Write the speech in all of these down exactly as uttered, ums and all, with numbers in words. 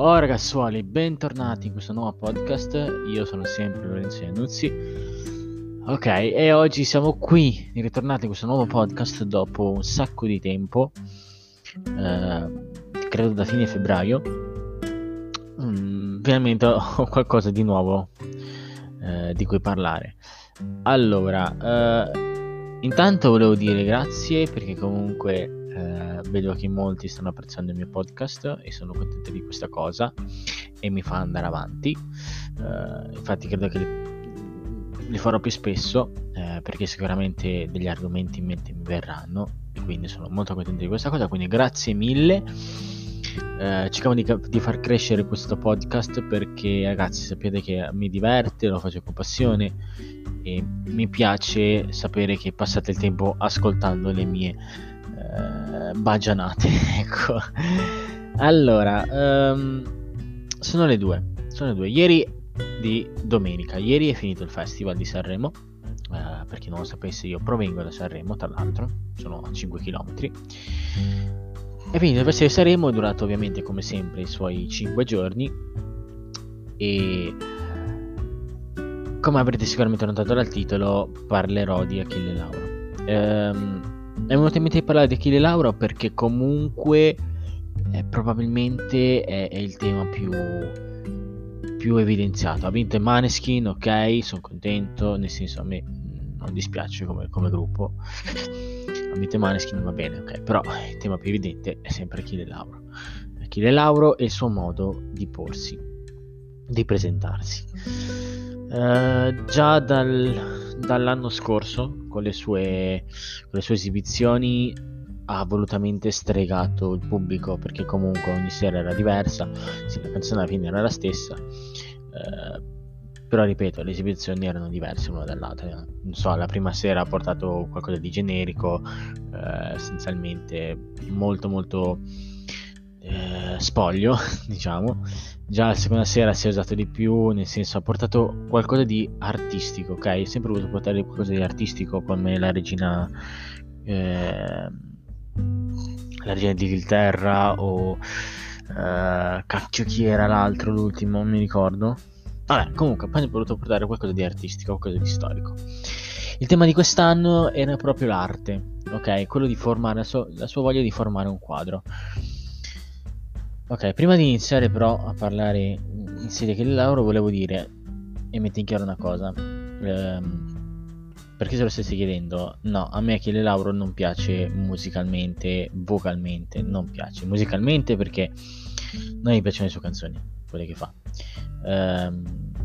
Ciao ragazzuoli, bentornati in questo nuovo podcast. Io sono sempre Lorenzo Iannuzzi. Ok, e oggi siamo qui, ritornati in questo nuovo podcast dopo un sacco di tempo, eh, credo da fine febbraio. Mm, finalmente ho qualcosa di nuovo eh, di cui parlare. Allora, eh, intanto volevo dire grazie perché comunque eh, vedo che molti stanno apprezzando il mio podcast e sono contento di questa cosa e mi fa andare avanti. Uh, infatti credo che li, li farò più spesso eh, perché sicuramente degli argomenti in mente mi verranno e quindi sono molto contento di questa cosa, quindi grazie mille. Uh, cerchiamo di, di far crescere questo podcast perché ragazzi sapete che mi diverte, lo faccio con passione e mi piace sapere che passate il tempo ascoltando le mie uh, baggianate. Ecco, allora um, sono le due sono le due ieri di domenica. Ieri è finito il Festival di Sanremo. Uh, per chi non lo sapesse, io provengo da Sanremo, tra l'altro, sono a cinque chilometri. È finito il Festival di Sanremo, è durato ovviamente come sempre i suoi cinque giorni. E come avrete sicuramente notato dal titolo, parlerò di Achille Lauro. Um, è venuto in mente di parlare di Achille Lauro perché comunque eh, probabilmente è, è il tema più più evidenziato. Ha vinto i Maneskin, ok, sono contento, nel senso a me non dispiace come, come gruppo. Ha vinto i Maneskin, va bene, ok, però il tema più evidente è sempre Achille Lauro. Achille Lauro e il suo modo di porsi, di presentarsi. Uh, già dal, dall'anno scorso, con le sue, con le sue esibizioni, ha volutamente stregato il pubblico perché comunque ogni sera era diversa, sì, la canzone alla fine era la stessa, eh, però ripeto, le esibizioni erano diverse l'una dall'altra. Non so, la prima sera ha portato qualcosa di generico, eh, essenzialmente molto molto eh, spoglio, diciamo. Già la seconda sera si è usato di più, nel senso ha portato qualcosa di artistico, ok? Ho sempre voluto portare qualcosa di artistico come la regina eh, la regina d'Inghilterra o uh, cacchio chi era l'altro, l'ultimo, non mi ricordo. Vabbè, comunque poi ho voluto portare qualcosa di artistico, qualcosa di storico. Il tema di quest'anno era proprio l'arte, ok? Quello di formare, la sua, la sua voglia di formare un quadro. Ok, prima di iniziare però a parlare in serie Achille Lauro volevo dire e metto in chiaro una cosa. ehm Perché se lo stessi chiedendo, no, a me Achille Lauro non piace musicalmente, vocalmente, non piace. Musicalmente perché non mi piacciono le sue canzoni, quelle che fa. Ehm,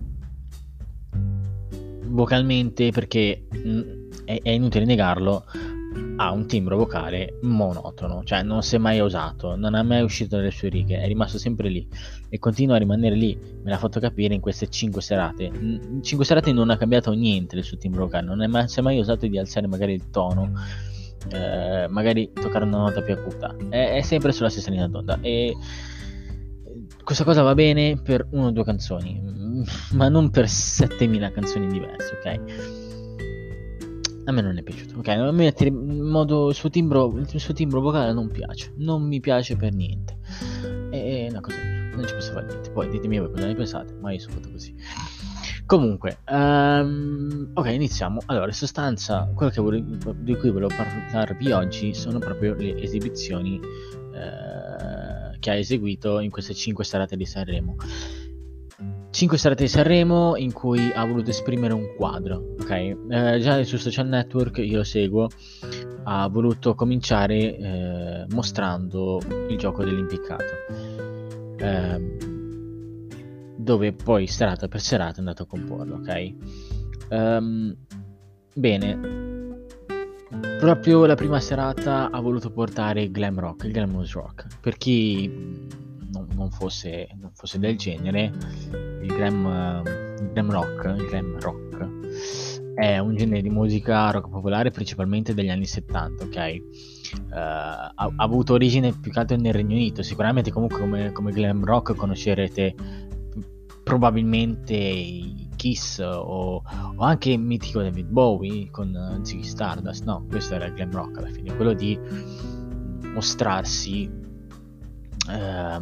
vocalmente perché mh, è, è inutile negarlo, ha un timbro vocale monotono, cioè non si è mai usato, non è mai uscito dalle sue righe, è rimasto sempre lì e continua a rimanere lì. Me l'ha fatto capire in queste cinque serate. In cinque serate non ha cambiato niente del suo timbro vocale, non è mai, si è mai usato di alzare magari il tono, eh, magari toccare una nota più acuta, è, è sempre sulla stessa linea d'onda e questa cosa va bene per una o due canzoni, ma non per settemila canzoni diverse, ok? A me non è piaciuto, ok? A me in modo, il suo timbro, il suo timbro vocale non piace, non mi piace per niente. È una cosa mia, non ci posso fare niente. Poi ditemi voi cosa ne pensate, ma io sono fatto così. Comunque, um, ok, iniziamo. Allora, in sostanza, quello che volevo, di cui volevo parlarvi oggi sono proprio le esibizioni eh, che ha eseguito in queste cinque serate di Sanremo. cinque serate di Sanremo in cui ha voluto esprimere un quadro, ok? Eh, già sui social network, io lo seguo, ha voluto cominciare eh, mostrando il gioco dell'impiccato, eh, dove poi serata per serata è andato a comporlo, ok? Um, bene, proprio la prima serata ha voluto portare glam rock, il glamorous rock. Per chi non, non, fosse, non fosse del genere, il glam, il glam rock, il glam rock è un genere di musica rock popolare principalmente degli anni settanta, ok? Uh, ha, ha avuto origine più che altro nel Regno Unito. Sicuramente comunque come, come glam rock conoscerete probabilmente i Kiss o, o anche il mitico David Bowie con Ziggy Stardust. No, questo era il glam rock alla fine, quello di mostrarsi ehm,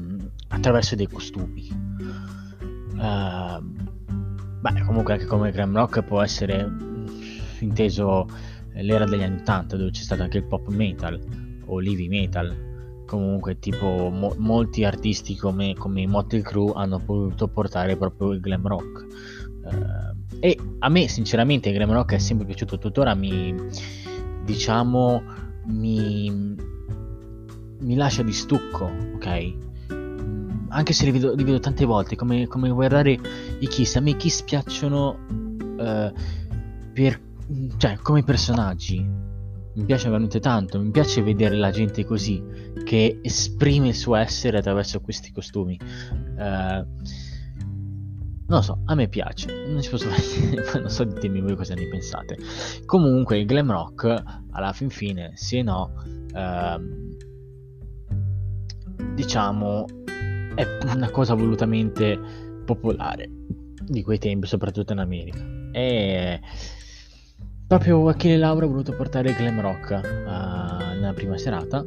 attraverso dei costumi. Uh, beh, comunque anche come glam rock può essere inteso l'era degli anni ottanta, dove c'è stato anche il pop metal o l'heavy metal. Comunque tipo mo- molti artisti come, come i Motley Crue hanno potuto portare proprio il glam rock, uh, e a me sinceramente il glam rock è sempre piaciuto, tuttora mi diciamo mi, mi lascia di stucco, ok? Anche se li vedo, li vedo tante volte, come, come guardare i Kiss. A me i Kiss piacciono uh, per, cioè, come personaggi. Mi piace veramente tanto. Mi piace vedere la gente così, che esprime il suo essere attraverso questi costumi. Uh, non lo so, a me piace. Non ci posso fare, non so, ditemi voi cosa ne pensate. Comunque il glam rock, alla fin fine, sì e no, uh, diciamo, è una cosa volutamente popolare di quei tempi, soprattutto in America. E proprio Achille Lauro ha voluto portare il glam rock uh, nella prima serata,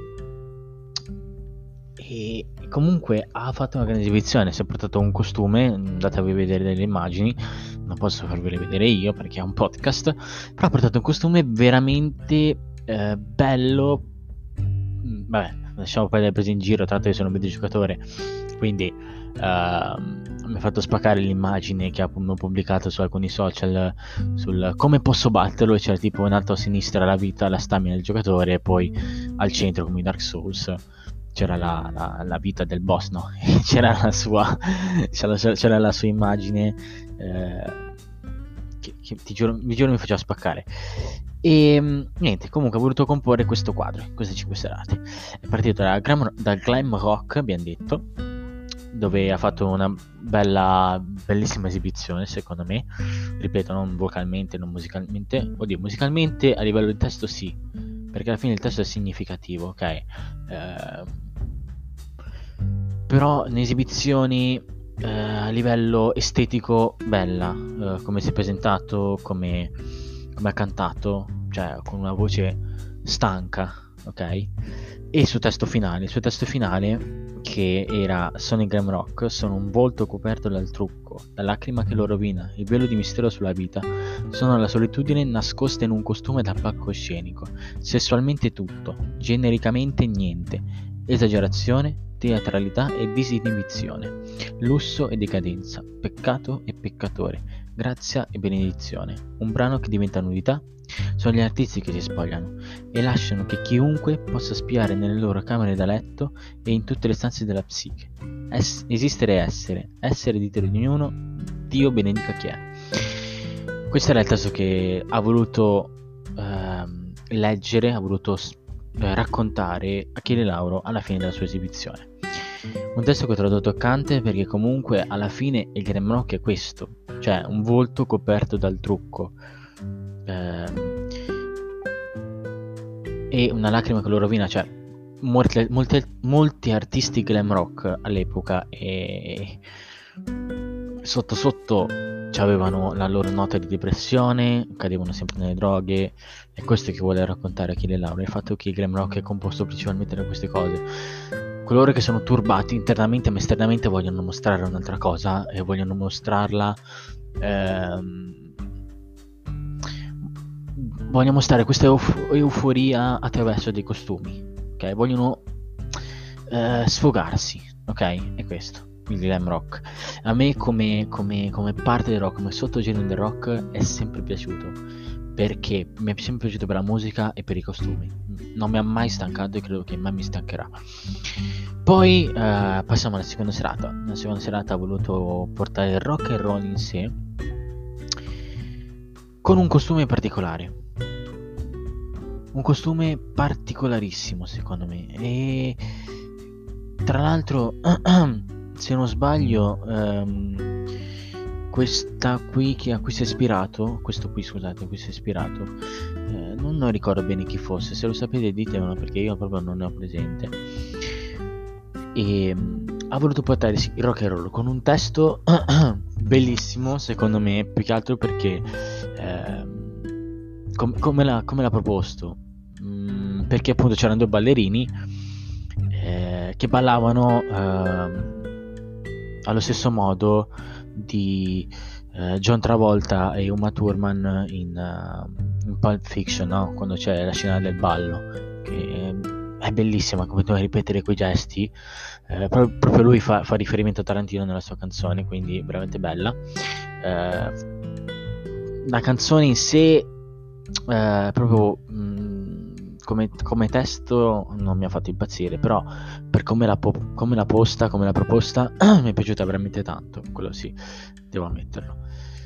e comunque ha fatto una grande esibizione. Si è portato un costume, andatevi a vedere delle immagini, non posso farvele vedere io perché è un podcast, però ha portato un costume veramente eh, bello. Vabbè, lasciamo perdere, prese in giro, tanto io sono un videogiocatore, quindi uh, mi ha fatto spaccare l'immagine che ho pubblicato su alcuni social sul come posso batterlo, e c'era tipo in alto a sinistra la vita, la stamina del giocatore, e poi al centro, come in Dark Souls, c'era la, la, la vita del boss, no? c'era la sua c'era, c'era la sua immagine, eh, che, che ti giuro, vi giuro mi faceva spaccare. E niente, comunque ho voluto comporre questo quadro, queste cinque serate. È partito dal glam, dal glam rock, abbiamo detto, dove ha fatto una bella, bellissima esibizione, secondo me. Ripeto, non vocalmente, non musicalmente. Oddio, musicalmente a livello di testo sì, perché alla fine il testo è significativo, ok? Eh, però in esibizioni eh, a livello estetico bella, eh, come si è presentato, come, come ha cantato, cioè con una voce stanca, ok? E il suo testo finale, il suo testo finale che era: sono il glam rock, sono un volto coperto dal trucco, la lacrima che lo rovina, il velo di mistero sulla vita, sono la solitudine nascosta in un costume da palcoscenico, sessualmente tutto, genericamente niente, esagerazione, teatralità e disinibizione, lusso e decadenza, peccato e peccatore, grazia e benedizione, un brano che diventa nudità. Sono gli artisti che si spogliano e lasciano che chiunque possa spiare nelle loro camere da letto e in tutte le stanze della psiche. Es- esistere e essere, essere di ognuno, Dio benedica chi è. Questo era il testo che ha voluto ehm, leggere, ha voluto eh, raccontare Achille Lauro alla fine della sua esibizione. Un testo che ho trovato toccante, perché comunque alla fine il glam rock è questo, cioè un volto coperto dal trucco, e una lacrima che lo rovina, cioè molte, molte, molti artisti glam rock all'epoca e sotto sotto avevano la loro nota di depressione, cadevano sempre nelle droghe, e questo che vuole raccontare Achille Lauro, il fatto che il glam rock è composto principalmente da queste cose. Coloro che sono turbati internamente ma esternamente vogliono mostrare un'altra cosa, e vogliono mostrarla ehm, vogliono mostrare questa euf- euforia attraverso dei costumi, ok? Vogliono eh, sfogarsi, ok? È questo il glam rock. A me come, come, come parte del rock, come sottogenere del rock, è sempre piaciuto, perché mi è sempre piaciuto per la musica e per i costumi. Non mi ha mai stancato e credo che mai mi stancherà. Poi eh, passiamo alla seconda serata. La seconda serata ha voluto portare il rock and roll in sé, con un costume particolare, un costume particolarissimo secondo me. E tra l'altro se non sbaglio ehm, questa qui che a cui si è ispirato questo qui scusate a cui si è ispirato eh, non, non ricordo bene chi fosse. Se lo sapete ditemelo, perché io proprio non ne ho presente. E ha voluto portare il rock and roll con un testo bellissimo secondo me, più che altro perché eh, com- come, l'ha, come l'ha proposto, mm, perché appunto c'erano due ballerini eh, che ballavano eh, allo stesso modo di eh, John Travolta e Uma Thurman in, uh, in Pulp Fiction, no? Quando c'è la scena del ballo, che è bellissima, come deve ripetere quei gesti. Eh, proprio, proprio lui fa, fa riferimento a Tarantino nella sua canzone, quindi veramente bella. Eh, la canzone in sé, eh, proprio mh, come, come testo, non mi ha fatto impazzire, però per come l'ha, po- come l'ha posta, come l'ha proposta, mi è piaciuta veramente tanto, quello sì, devo ammetterlo.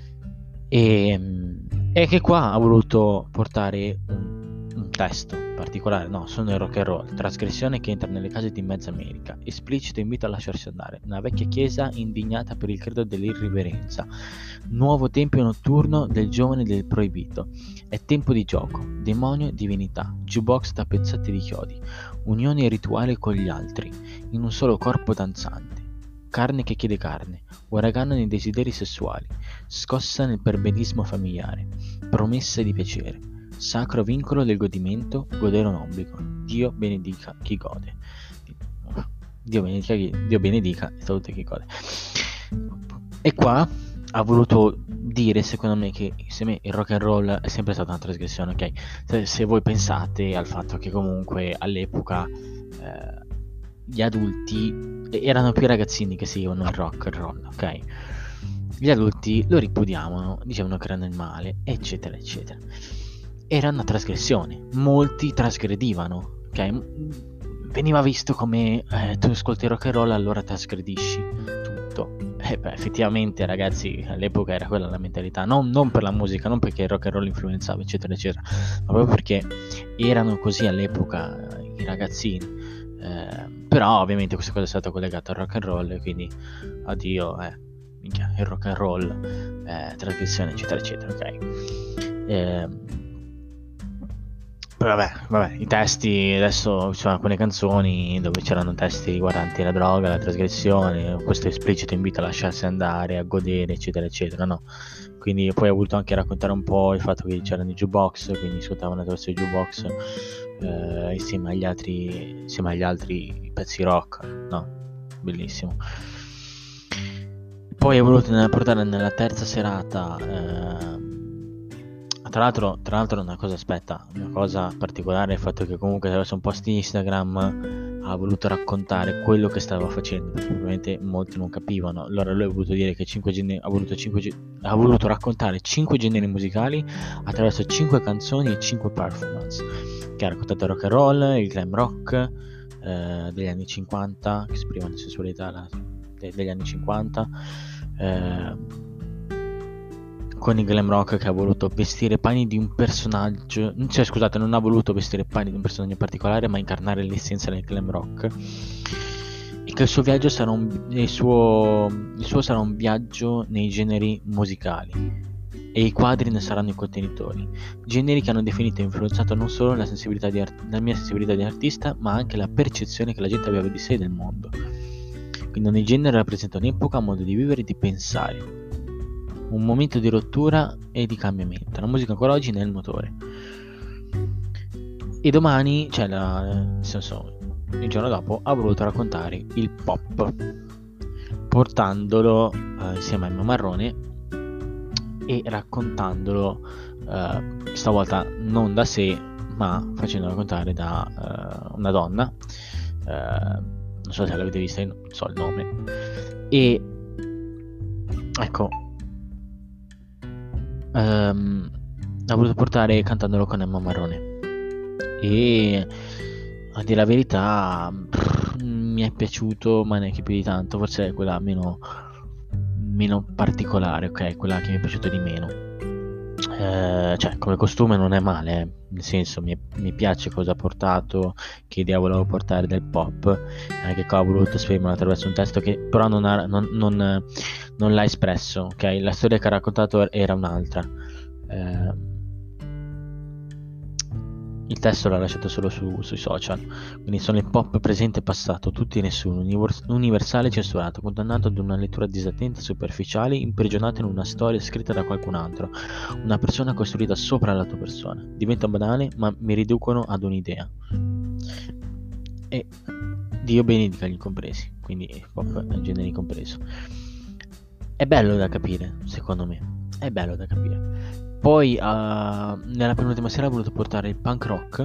E, e che qua ha voluto portare un, un testo particolare, no, sono il rock and roll, trasgressione che entra nelle case di mezza America, esplicito invito a lasciarsi andare, una vecchia chiesa indignata per il credo dell'irriverenza, nuovo tempio notturno del giovane del proibito, è tempo di gioco, demonio e divinità, jukebox da pezzetti di chiodi, unione rituale con gli altri, in un solo corpo danzante, carne che chiede carne, uragano nei desideri sessuali, scossa nel perbenismo familiare, promesse di piacere, sacro vincolo del godimento, godere un obbligo, Dio benedica chi gode. Dio benedica chi, Dio benedica e saluta chi gode. E qua ha voluto dire, secondo me, che se me il rock and roll è sempre stata una trasgressione, ok? Se, se voi pensate al fatto che comunque all'epoca eh, gli adulti erano più ragazzini che seguivano il rock and roll, ok? Gli adulti lo ripudiavano, dicevano che era nel male, eccetera, eccetera. Era una trasgressione, molti trasgredivano, ok? Veniva visto come eh, tu ascolti rock and roll, allora trasgredisci tutto. E beh, effettivamente, ragazzi, all'epoca era quella la mentalità, non, non per la musica, non perché il rock and roll influenzava, eccetera, eccetera, ma proprio perché erano così all'epoca i ragazzini. Eh, però ovviamente questa cosa è stata collegata al rock and roll, quindi addio, eh, minchia, il rock and roll, eh, trasgressione, eccetera, eccetera, ok? Eh, Però vabbè, vabbè, i testi, adesso ci sono alcune canzoni dove c'erano testi riguardanti la droga, la trasgressione, questo esplicito invito a lasciarsi andare, a godere, eccetera, eccetera, no? Quindi poi ho voluto anche raccontare un po' il fatto che c'erano i jukebox, quindi ascoltavano attraverso i jukebox eh, insieme agli altri, insieme agli altri pezzi rock, no? Bellissimo. Poi ho voluto portare nella terza serata... Eh, Tra l'altro, tra l'altro una cosa, aspetta, una cosa particolare è il fatto che comunque attraverso un post di Instagram ha voluto raccontare quello che stava facendo, perché ovviamente molti non capivano. Allora lui ha voluto dire che cinque generi, ha voluto, cinque, ha voluto raccontare cinque generi musicali attraverso cinque canzoni e cinque performance, che ha raccontato il rock and roll, il glam rock eh, degli anni cinquanta, che esprimano la sensualità la, de, degli anni cinquanta, eh, con il glam rock che ha voluto vestire panni di un personaggio, cioè scusate, non ha voluto vestire panni di un personaggio in particolare, ma incarnare l'essenza del glam rock, e che il suo viaggio sarà un, il suo, il suo sarà un viaggio nei generi musicali, e i quadri ne saranno i contenitori, generi che hanno definito e influenzato non solo la, sensibilità di art- la mia sensibilità di artista, ma anche la percezione che la gente aveva di sé e del mondo. Quindi ogni genere rappresenta un'epoca, un modo di vivere e di pensare, un momento di rottura e di cambiamento. La musica ancora oggi ne è il motore. E domani, cioè la, nel senso, il giorno dopo, ha voluto raccontare il pop, portandolo eh, insieme a Emma Marrone e raccontandolo eh, stavolta non da sé, ma facendo raccontare da eh, una donna, eh, non so se l'avete vista, non so il nome, e ecco, Um, ha voluto portare cantandolo con Emma Marrone, e a dire la verità pff, mi è piaciuto, ma neanche più di tanto, forse è quella meno meno particolare, ok, quella che mi è piaciuta di meno. Eh, cioè come costume non è male, eh. Nel senso mi, mi piace cosa ha portato, che idea volevo portare del pop, anche qua ho voluto esprimerlo attraverso un testo che però non, ha, non, non, non l'ha espresso, ok? La storia che ha raccontato era un'altra, eh, il testo l'ha lasciato solo su, sui social, quindi sono il pop presente e passato, tutti e nessuno, univers- universale censurato, condannato ad una lettura disattenta, superficiale, imprigionato in una storia scritta da qualcun altro, una persona costruita sopra la tua persona. Diventa banale, ma mi riducono ad un'idea. E Dio benedica gli compresi, quindi hip hop generi compreso. È bello da capire, secondo me, è bello da capire. Poi uh, nella penultima sera ha voluto portare il punk rock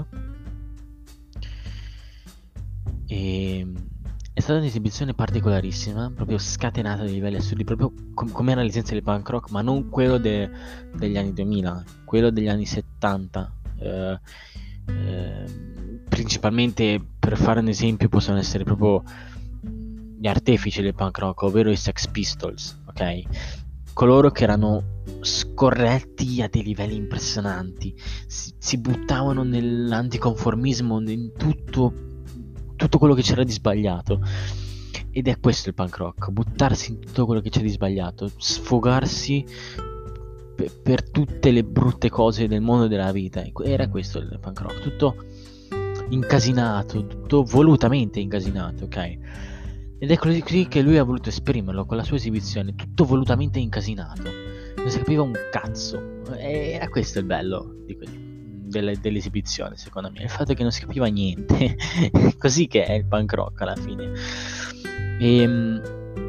e è stata un'esibizione particolarissima, proprio scatenata a livelli assurdi, proprio com- come era l'essenza del punk rock, ma non quello de- degli anni duemila, quello degli anni settanta. Eh, eh, principalmente, per fare un esempio, possono essere proprio gli artefici del punk rock, ovvero i Sex Pistols, ok? Coloro che erano scorretti a dei livelli impressionanti, si, si buttavano nell'anticonformismo, in tutto, tutto quello che c'era di sbagliato. Ed è questo il punk rock, buttarsi in tutto quello che c'è di sbagliato, sfogarsi per, per tutte le brutte cose del mondo della vita. Era questo il punk rock, tutto incasinato, tutto volutamente incasinato, ok? Ed è così che lui ha voluto esprimerlo con la sua esibizione, tutto volutamente incasinato, non si capiva un cazzo. E era questo il bello di que- delle, dell'esibizione, secondo me, il fatto che non si capiva niente. Così che è il punk rock alla fine. E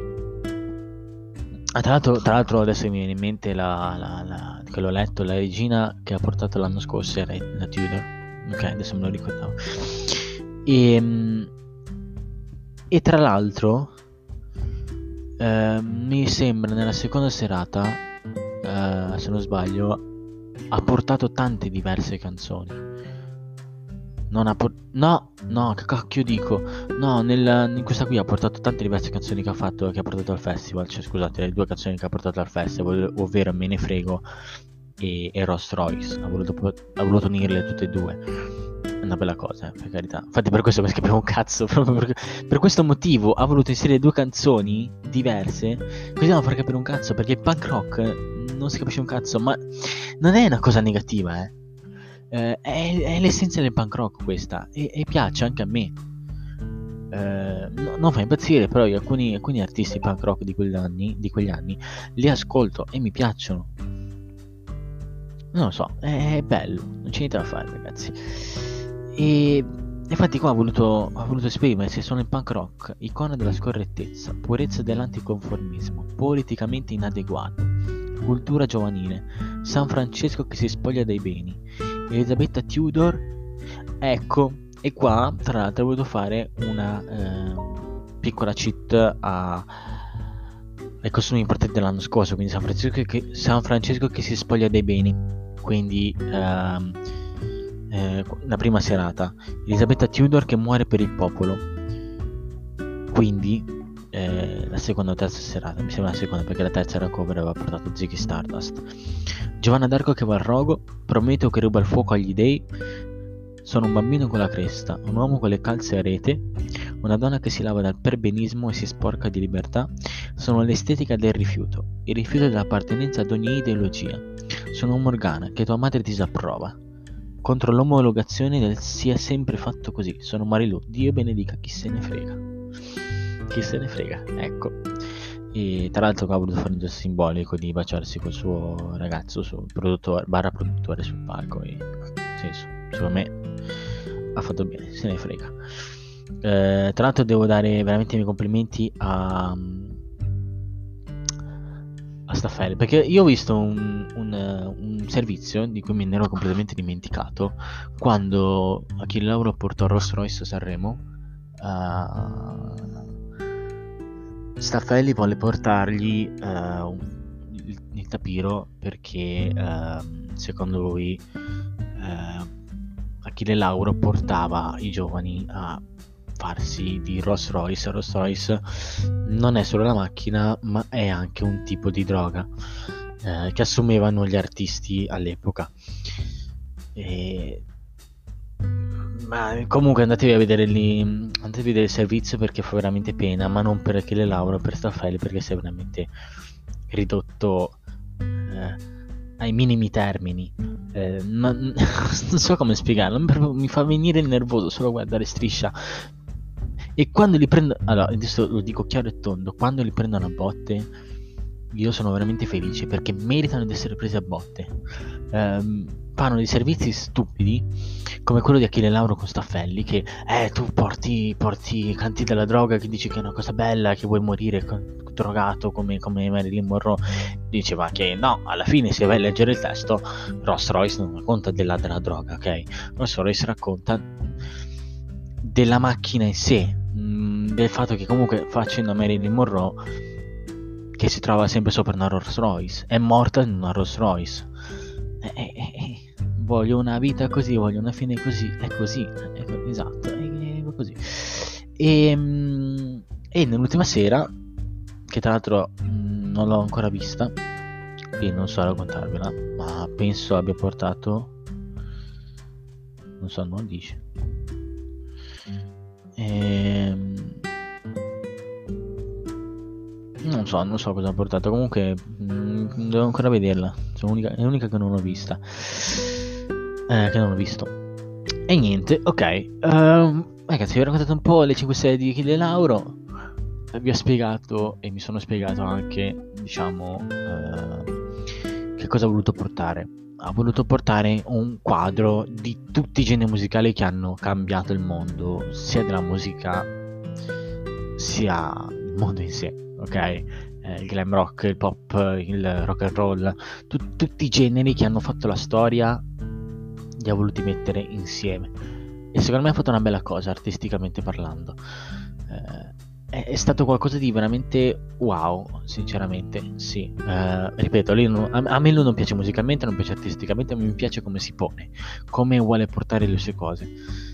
ah, tra l'altro, tra l'altro adesso mi viene in mente la, la, la, che l'ho letto, la regina che ha portato l'anno scorso era la Tudor, ok, adesso me lo ricordavo. E E tra l'altro eh, mi sembra nella seconda serata, eh, se non sbaglio, ha portato tante diverse canzoni. Non ha por- no, no, che cacchio dico? No, nel, in questa qui ha portato tante diverse canzoni che ha fatto, che ha portato al festival. Cioè, scusate, le due canzoni che ha portato al festival, ovvero Me ne frego e, e Rolls Royce. Ha voluto, ha voluto unirle tutte e due. È una bella cosa, eh, per carità. Infatti per questo mi scapiva un cazzo, proprio per, per questo motivo ha voluto inserire due canzoni diverse, così non far capire un cazzo, perché il punk rock non si capisce un cazzo, ma non è una cosa negativa, eh. Eh, è, è l'essenza del punk rock questa, e, e piace anche a me. Eh, no, non fa impazzire, però io alcuni, alcuni artisti punk rock di quegli anni, di quegli anni li ascolto e mi piacciono. Non lo so, è bello, non c'è niente da fare, ragazzi. E infatti qua ha voluto, ha voluto esprimersi: sono il punk rock, icona della scorrettezza, purezza dell'anticonformismo, politicamente inadeguato, cultura giovanile, San Francesco che si spoglia dei beni, Elisabetta Tudor. Ecco, e qua tra l'altro ho voluto fare una eh, piccola cheat a, ai costumi importanti dell'anno scorso, quindi San Francesco che, San Francesco che si spoglia dei beni, quindi ehm, eh, la prima serata, Elisabetta Tudor che muore per il popolo, quindi eh, la seconda o terza serata, mi sembra la seconda perché la terza era cover, aveva portato Ziggy Stardust. Giovanna d'Arco che va al rogo, Prometeo che ruba il fuoco agli dei, sono un bambino con la cresta, un uomo con le calze a rete, una donna che si lava dal perbenismo e si sporca di libertà, sono l'estetica del rifiuto, il rifiuto dell'appartenenza ad ogni ideologia, sono Morgana che tua madre disapprova, contro l'omologazione del sia sempre fatto così, sono Marilù, Dio benedica chi se ne frega, chi se ne frega, ecco. E tra l'altro ha voluto fare un gesto simbolico di baciarsi col suo ragazzo, suo produttore, barra produttore sul palco, e senso, secondo me ha fatto bene, se ne frega. Eh, tra l'altro devo dare veramente i miei complimenti a, a Staffelli, perché io ho visto un, un, un servizio di cui me ne ero completamente dimenticato quando Achille Lauro portò Rolls Royce a Sanremo. uh, Staffelli volle portargli uh, il, il tapiro perché uh, secondo lui uh, Achille Lauro portava i giovani a farsi di Rolls Royce. Rolls Royce non è solo la macchina, ma è anche un tipo di droga eh, che assumevano gli artisti all'epoca. E... ma comunque andatevi a vedere lì, andatevi a vedere il servizio perché fa veramente pena, ma non per Achille Lauro, per Staffelli, perché si è veramente ridotto eh, ai minimi termini. Eh, ma, non so come spiegarlo, mi fa venire il nervoso solo guardare Striscia. E quando li prendo, allora adesso lo dico chiaro e tondo, quando li prendono a botte io sono veramente felice perché meritano di essere presi a botte. ehm, fanno dei servizi stupidi come quello di Achille Lauro con Staffelli, che eh tu porti, porti canti della droga, che dici che è una cosa bella, che vuoi morire con, drogato come, come Marilyn Monroe. Diceva che no, alla fine se vai a leggere il testo Rolls Royce non racconta della, della droga, ok? Rolls Royce racconta della macchina in sé, mh, del fatto che comunque facendo Marilyn Monroe, che si trova sempre sopra una Rolls Royce, è morta in una Rolls Royce. Eh, eh, eh, voglio una vita così, voglio una fine così, è così, è, esatto, è, è così. E, mh, e nell'ultima sera, che tra l'altro mh, non l'ho ancora vista, quindi non so raccontarvela, ma penso abbia portato, non so, non dice. Ehm... Non so, non so cosa ha portato. Comunque mh, devo ancora vederla. Sono l'unica, è l'unica che non ho vista. Eh, che non ho visto. E niente, ok. Um, ragazzi, vi ho raccontato un po' le cinque stelle di Achille Lauro. Vi ho spiegato e mi sono spiegato anche, diciamo, uh, che cosa ha voluto portare. Ha voluto portare un quadro di tutti i generi musicali che hanno cambiato il mondo, sia della musica, sia il mondo in sé. Ok, eh, il glam rock, il pop, il rock and roll, tu- tutti i generi che hanno fatto la storia li ha voluti mettere insieme e secondo me ha fatto una bella cosa artisticamente parlando. Eh, è, è stato qualcosa di veramente wow, sinceramente, sì. Eh, ripeto, lui non, a, a me lui non piace musicalmente, non piace artisticamente, ma mi piace come si pone, come vuole portare le sue cose.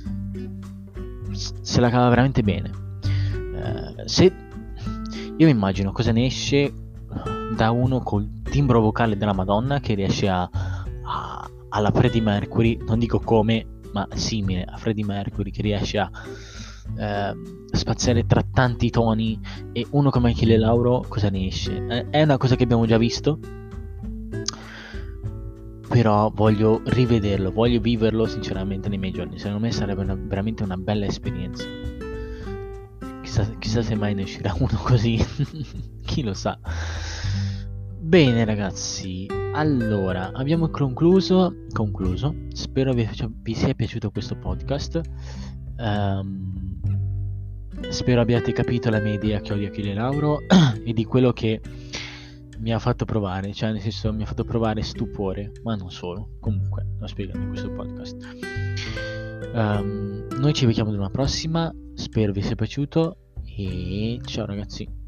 S- se la cava veramente bene. Eh, se Io mi immagino cosa ne esce da uno col timbro vocale della Madonna che riesce a, a alla Freddie Mercury, non dico come, ma simile a Freddie Mercury, che riesce a eh, spaziare tra tanti toni, e uno come Achille Lauro cosa ne esce? Eh, è una cosa che abbiamo già visto, però voglio rivederlo, voglio viverlo sinceramente nei miei giorni. Secondo me sarebbe una, veramente una bella esperienza. Chissà, chissà se mai ne uscirà uno così. Chi lo sa. Bene ragazzi, allora abbiamo concluso, concluso. Spero vi, vi sia piaciuto questo podcast. um, Spero abbiate capito la mia idea che ho di Achille Lauro e di quello che mi ha fatto provare, cioè nel senso mi ha fatto provare stupore, ma non solo. Comunque l'ho spiegato in questo podcast. um, Noi ci vediamo ad una prossima. Spero vi sia piaciuto e ciao ragazzi.